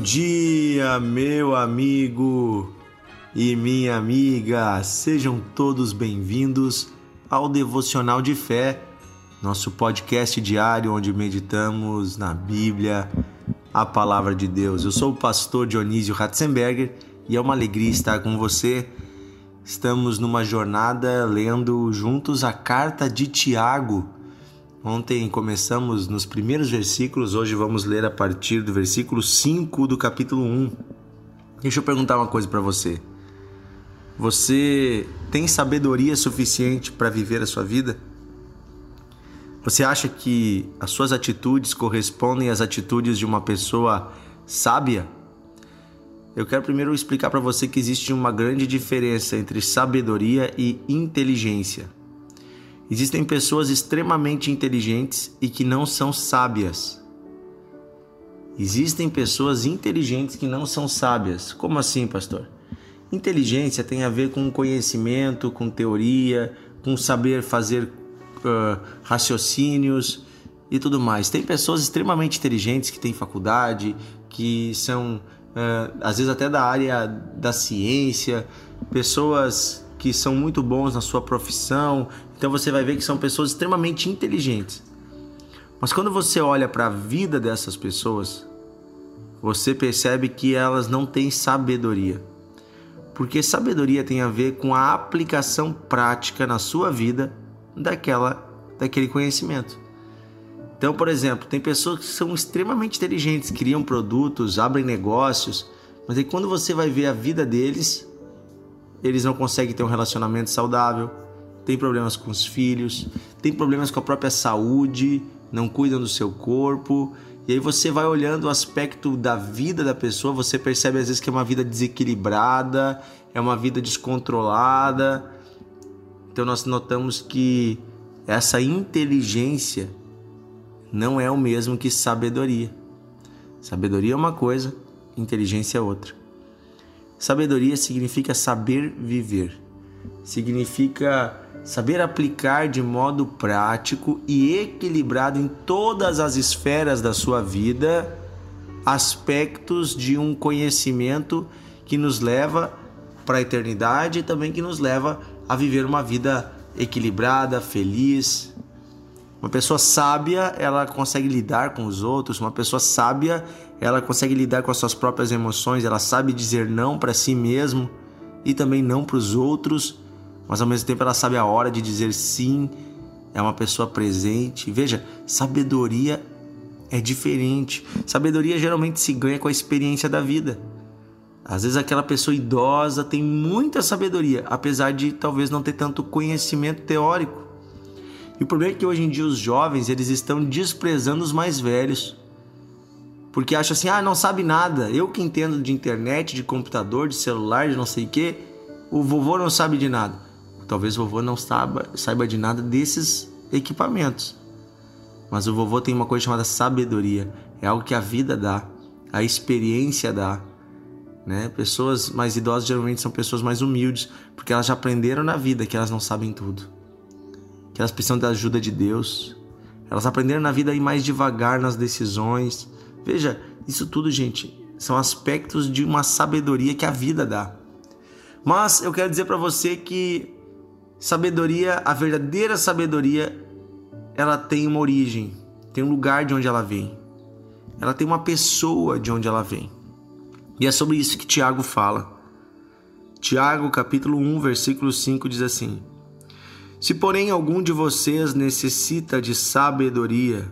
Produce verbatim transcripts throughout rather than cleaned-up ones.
dia, meu amigo e minha amiga. Sejam todos bem-vindos ao Devocional de Fé, nosso podcast diário onde meditamos na Bíblia, a Palavra de Deus. Eu sou o pastor Dionísio Ratzenberger e é uma alegria estar com você. Estamos numa jornada lendo juntos a carta de Tiago. Ontem começamos nos primeiros versículos, hoje vamos ler a partir do versículo cinco do capítulo um. Deixa eu perguntar uma coisa para você. Você tem sabedoria suficiente para viver a sua vida? Você acha que as suas atitudes correspondem às atitudes de uma pessoa sábia? Eu quero primeiro explicar para você que existe uma grande diferença entre sabedoria e inteligência. Existem pessoas extremamente inteligentes e que não são sábias. Existem pessoas inteligentes que não são sábias. Como assim, pastor? Inteligência tem a ver com conhecimento, com teoria, com saber fazer uh, raciocínios e tudo mais. Tem pessoas extremamente inteligentes que têm faculdade, que são, uh, às vezes até da área da ciência, pessoas que são muito bons na sua profissão. Então você vai ver que são pessoas extremamente inteligentes. Mas quando você olha para a vida dessas pessoas, você percebe que elas não têm sabedoria. Porque sabedoria tem a ver com a aplicação prática na sua vida daquela, daquele conhecimento. Então, por exemplo, tem pessoas que são extremamente inteligentes, criam produtos, abrem negócios, mas aí quando você vai ver a vida deles, eles não conseguem ter um relacionamento saudável, tem problemas com os filhos, tem problemas com a própria saúde, não cuidam do seu corpo. E aí você vai olhando o aspecto da vida da pessoa, você percebe às vezes que é uma vida desequilibrada, é uma vida descontrolada. Então nós notamos que essa inteligência não é o mesmo que sabedoria. Sabedoria é uma coisa, inteligência é outra. Sabedoria significa saber viver, significa saber aplicar de modo prático e equilibrado em todas as esferas da sua vida aspectos de um conhecimento que nos leva para a eternidade e também que nos leva a viver uma vida equilibrada, feliz. Uma pessoa sábia, ela consegue lidar com os outros. Uma pessoa sábia, ela consegue lidar com as suas próprias emoções. Ela sabe dizer não para si mesmo e também não para os outros. Mas ao mesmo tempo ela sabe a hora de dizer sim. É uma pessoa presente. Veja, sabedoria é diferente. Sabedoria geralmente se ganha com a experiência da vida. Às vezes aquela pessoa idosa tem muita sabedoria, apesar de talvez não ter tanto conhecimento teórico. E o problema é que hoje em dia os jovens, eles estão desprezando os mais velhos. Porque acham assim, ah, não sabe nada. Eu que entendo de internet, de computador, de celular, de não sei o quê, o vovô não sabe de nada. Talvez o vovô não saiba, saiba de nada desses equipamentos. Mas o vovô tem uma coisa chamada sabedoria. É algo que a vida dá, a experiência dá. Né? Pessoas mais idosas geralmente são pessoas mais humildes, porque elas já aprenderam na vida que elas não sabem tudo. Que elas precisam da ajuda de Deus. Elas aprenderam na vida a ir mais devagar nas decisões. Veja, isso tudo, gente, são aspectos de uma sabedoria que a vida dá. Mas eu quero dizer para você que sabedoria, a verdadeira sabedoria, ela tem uma origem, tem um lugar de onde ela vem. Ela tem uma pessoa de onde ela vem. E é sobre isso que Tiago fala. Tiago, capítulo um, versículo cinco, diz assim: se, porém, algum de vocês necessita de sabedoria,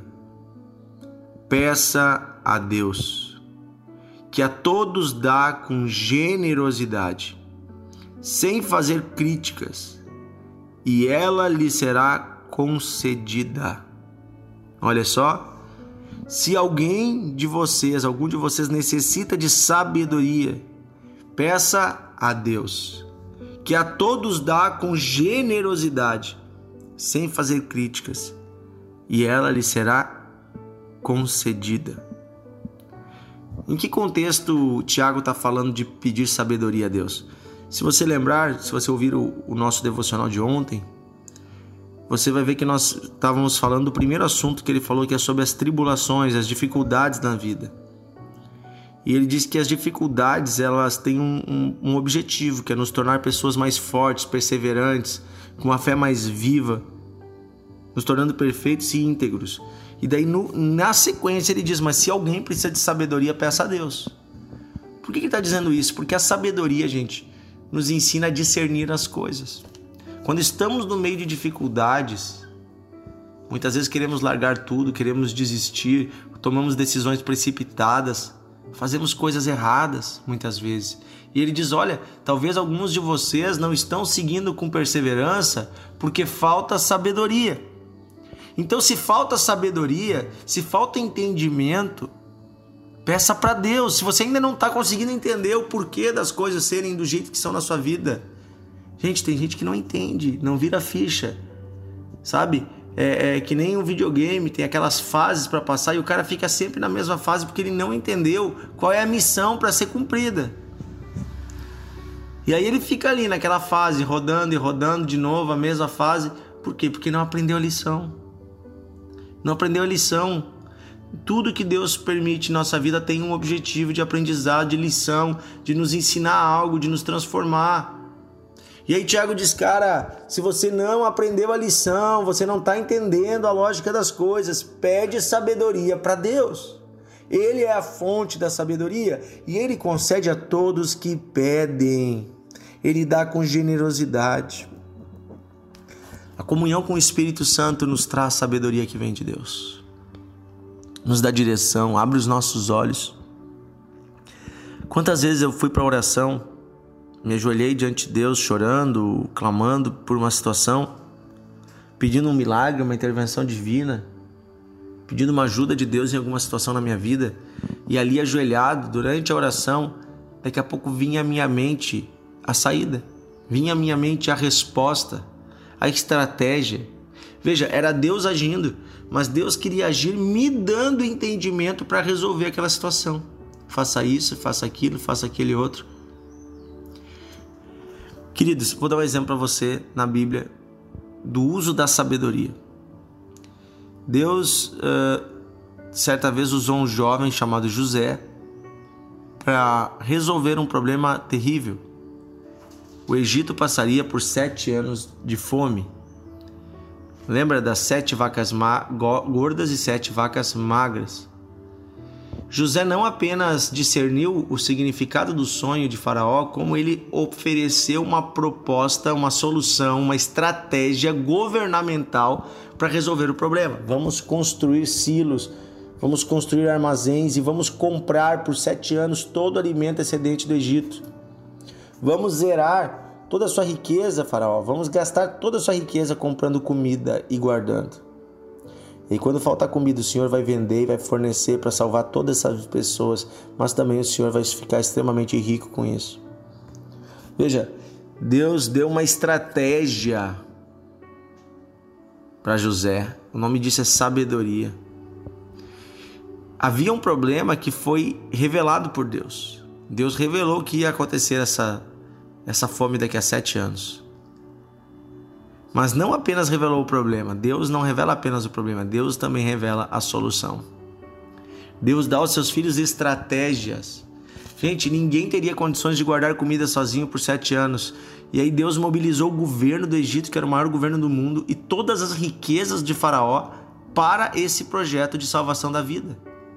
peça a Deus, que a todos dá com generosidade, sem fazer críticas, e ela lhe será concedida. Olha só, se alguém de vocês, algum de vocês necessita de sabedoria, peça a Deus, que a todos dá com generosidade, sem fazer críticas, e ela lhe será concedida. Em que contexto o Tiago está falando de pedir sabedoria a Deus? Se você lembrar, se você ouvir o, o nosso devocional de ontem, você vai ver que nós estávamos falando do primeiro assunto que ele falou, que é sobre as tribulações, as dificuldades na vida. E ele diz que as dificuldades, elas têm um, um, um objetivo, que é nos tornar pessoas mais fortes, perseverantes, com uma fé mais viva, nos tornando perfeitos e íntegros. E daí, no, na sequência, ele diz, mas se alguém precisa de sabedoria, peça a Deus. Por que ele está dizendo isso? Porque a sabedoria, gente, nos ensina a discernir as coisas. Quando estamos no meio de dificuldades, muitas vezes queremos largar tudo, queremos desistir, tomamos decisões precipitadas, fazemos coisas erradas muitas vezes. E ele diz, olha, talvez alguns de vocês não estão seguindo com perseverança porque falta sabedoria. Então, se falta sabedoria, se falta entendimento, peça para Deus. Se você ainda não está conseguindo entender o porquê das coisas serem do jeito que são na sua vida. Gente, tem gente que não entende, não vira ficha, sabe? É, é que nem um videogame, tem aquelas fases para passar e o cara fica sempre na mesma fase porque ele não entendeu qual é a missão para ser cumprida. E aí ele fica ali naquela fase, rodando e rodando de novo a mesma fase. Por quê? Porque não aprendeu a lição. Não aprendeu a lição. Tudo que Deus permite em nossa vida tem um objetivo de aprendizado, de lição, de nos ensinar algo, de nos transformar. E aí Tiago diz, cara, se você não aprendeu a lição, você não está entendendo a lógica das coisas, pede sabedoria para Deus. Ele é a fonte da sabedoria e Ele concede a todos que pedem. Ele dá com generosidade. A comunhão com o Espírito Santo nos traz sabedoria que vem de Deus. Nos dá direção, abre os nossos olhos. Quantas vezes eu fui para a oração, me ajoelhei diante de Deus, chorando, clamando por uma situação, pedindo um milagre, uma intervenção divina, pedindo uma ajuda de Deus em alguma situação na minha vida, e ali ajoelhado, durante a oração, daqui a pouco vinha à minha mente a saída, vinha à minha mente a resposta, a estratégia. Veja, era Deus agindo, mas Deus queria agir me dando entendimento para resolver aquela situação. Faça isso, faça aquilo, faça aquele outro. Queridos, vou dar um exemplo para você na Bíblia do uso da sabedoria. Deus, uh, certa vez, usou um jovem chamado José para resolver um problema terrível. O Egito passaria por sete anos de fome. Lembra das sete vacas ma- gordas e sete vacas magras? José não apenas discerniu o significado do sonho de Faraó, como ele ofereceu uma proposta, uma solução, uma estratégia governamental para resolver o problema. Vamos construir silos, vamos construir armazéns e vamos comprar por sete anos todo o alimento excedente do Egito. Vamos zerar toda a sua riqueza, Faraó. Vamos gastar toda a sua riqueza comprando comida e guardando. E quando faltar comida, o Senhor vai vender e vai fornecer para salvar todas essas pessoas, mas também o Senhor vai ficar extremamente rico com isso. Veja, Deus deu uma estratégia para José. O nome disso é sabedoria. Havia um problema que foi revelado por Deus. Deus revelou que ia acontecer essa, essa fome daqui a sete anos. Mas não apenas revelou o problema. Deus não revela apenas o problema. Deus também revela a solução. Deus dá aos seus filhos estratégias. Gente, ninguém teria condições de guardar comida sozinho por sete anos. E aí Deus mobilizou o governo do Egito, que era o maior governo do mundo, e todas as riquezas de Faraó para esse projeto de salvação da vida.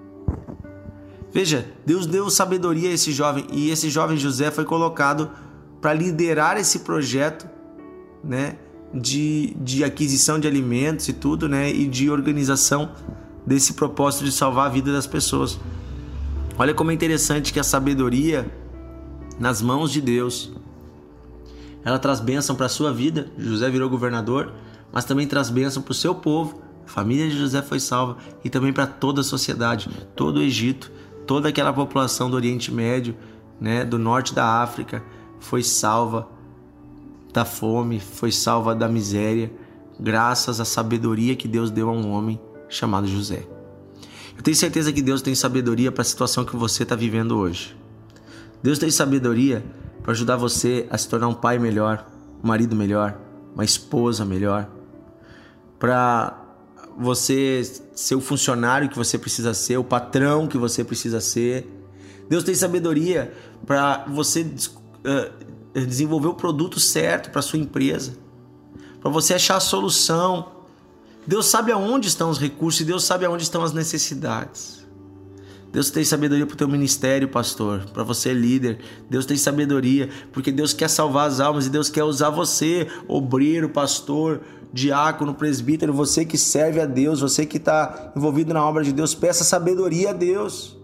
Veja, Deus deu sabedoria a esse jovem, e esse jovem José foi colocado para liderar esse projeto, né? De, de aquisição de alimentos e tudo, né? E de organização desse propósito de salvar a vida das pessoas. Olha como é interessante que a sabedoria nas mãos de Deus, ela traz bênção para a sua vida. José virou governador, mas também traz bênção para o seu povo. A família de José foi salva e também para toda a sociedade, todo o Egito, toda aquela população do Oriente Médio, né? Do norte da África foi salva da fome, foi salva da miséria, graças à sabedoria que Deus deu a um homem chamado José. Eu tenho certeza que Deus tem sabedoria para a situação que você está vivendo hoje. Deus tem sabedoria para ajudar você a se tornar um pai melhor, um marido melhor, uma esposa melhor, para você ser o funcionário que você precisa ser, o patrão que você precisa ser. Deus tem sabedoria para você uh, desenvolver o produto certo para sua empresa, para você achar a solução. Deus sabe aonde estão os recursos e Deus sabe aonde estão as necessidades. Deus tem sabedoria para o teu ministério, pastor, para você líder. Deus tem sabedoria porque Deus quer salvar as almas e Deus quer usar você, obreiro, pastor, diácono, presbítero, você que serve a Deus, você que está envolvido na obra de Deus. Peça sabedoria a Deus.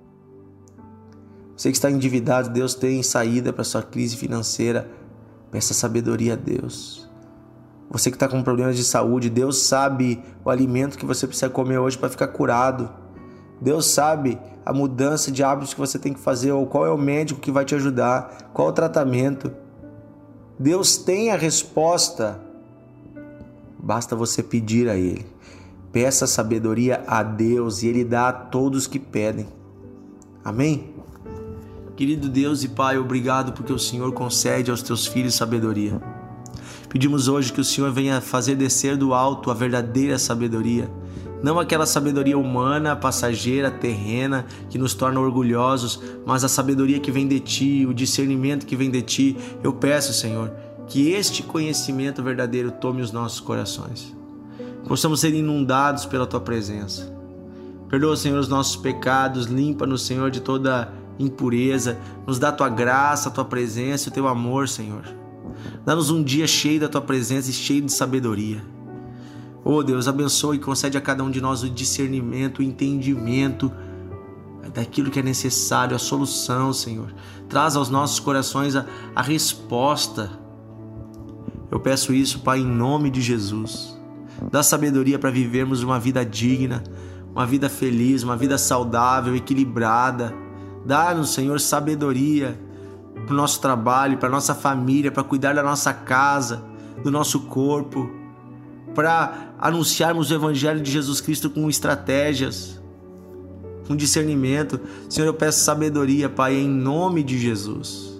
Você que está endividado, Deus tem saída para sua crise financeira. Peça sabedoria a Deus. Você que está com problemas de saúde, Deus sabe o alimento que você precisa comer hoje para ficar curado. Deus sabe a mudança de hábitos que você tem que fazer, ou qual é o médico que vai te ajudar, qual é o tratamento. Deus tem a resposta. Basta você pedir a Ele. Peça sabedoria a Deus e Ele dá a todos que pedem. Amém? Querido Deus e Pai, obrigado porque o Senhor concede aos teus filhos sabedoria. Pedimos hoje que o Senhor venha fazer descer do alto a verdadeira sabedoria. Não aquela sabedoria humana, passageira, terrena, que nos torna orgulhosos, mas a sabedoria que vem de Ti, o discernimento que vem de Ti. Eu peço, Senhor, que este conhecimento verdadeiro tome os nossos corações. Possamos ser inundados pela Tua presença. Perdoa, Senhor, os nossos pecados, limpa-nos, Senhor, de toda impureza. Nos dá a Tua graça, a Tua presença e o Teu amor, Senhor. Dá-nos um dia cheio da Tua presença e cheio de sabedoria. Oh Deus, abençoe e concede a cada um de nós o discernimento, o entendimento daquilo que é necessário, a solução, Senhor. Traz aos nossos corações a, a resposta. Eu peço isso, Pai, em nome de Jesus. Dá sabedoria para vivermos uma vida digna, uma vida feliz, uma vida saudável, equilibrada. Dá-nos, Senhor, sabedoria para o nosso trabalho, para a nossa família, para cuidar da nossa casa, do nosso corpo, para anunciarmos o Evangelho de Jesus Cristo com estratégias, com discernimento. Senhor, eu peço sabedoria, Pai, em nome de Jesus.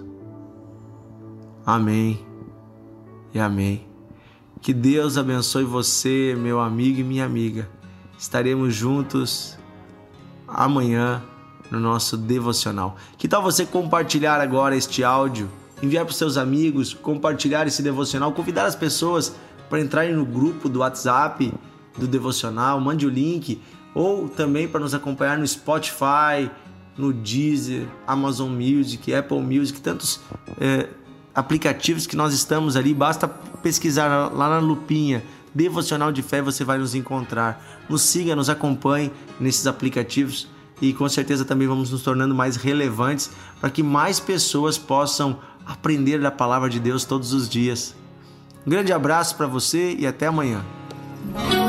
Amém e amém. Que Deus abençoe você, meu amigo e minha amiga. Estaremos juntos amanhã no nosso devocional. Que tal você compartilhar agora este áudio, enviar para os seus amigos, compartilhar esse devocional, convidar as pessoas para entrarem no grupo do WhatsApp do devocional, mande o link, ou também para nos acompanhar no Spotify, no Deezer, Amazon Music, Apple Music, tantos é, aplicativos que nós estamos ali. Basta pesquisar lá na lupinha Devocional de Fé, você vai nos encontrar. Nos siga, nos acompanhe nesses aplicativos e com certeza também vamos nos tornando mais relevantes para que mais pessoas possam aprender da palavra de Deus todos os dias. Um grande abraço para você e até amanhã.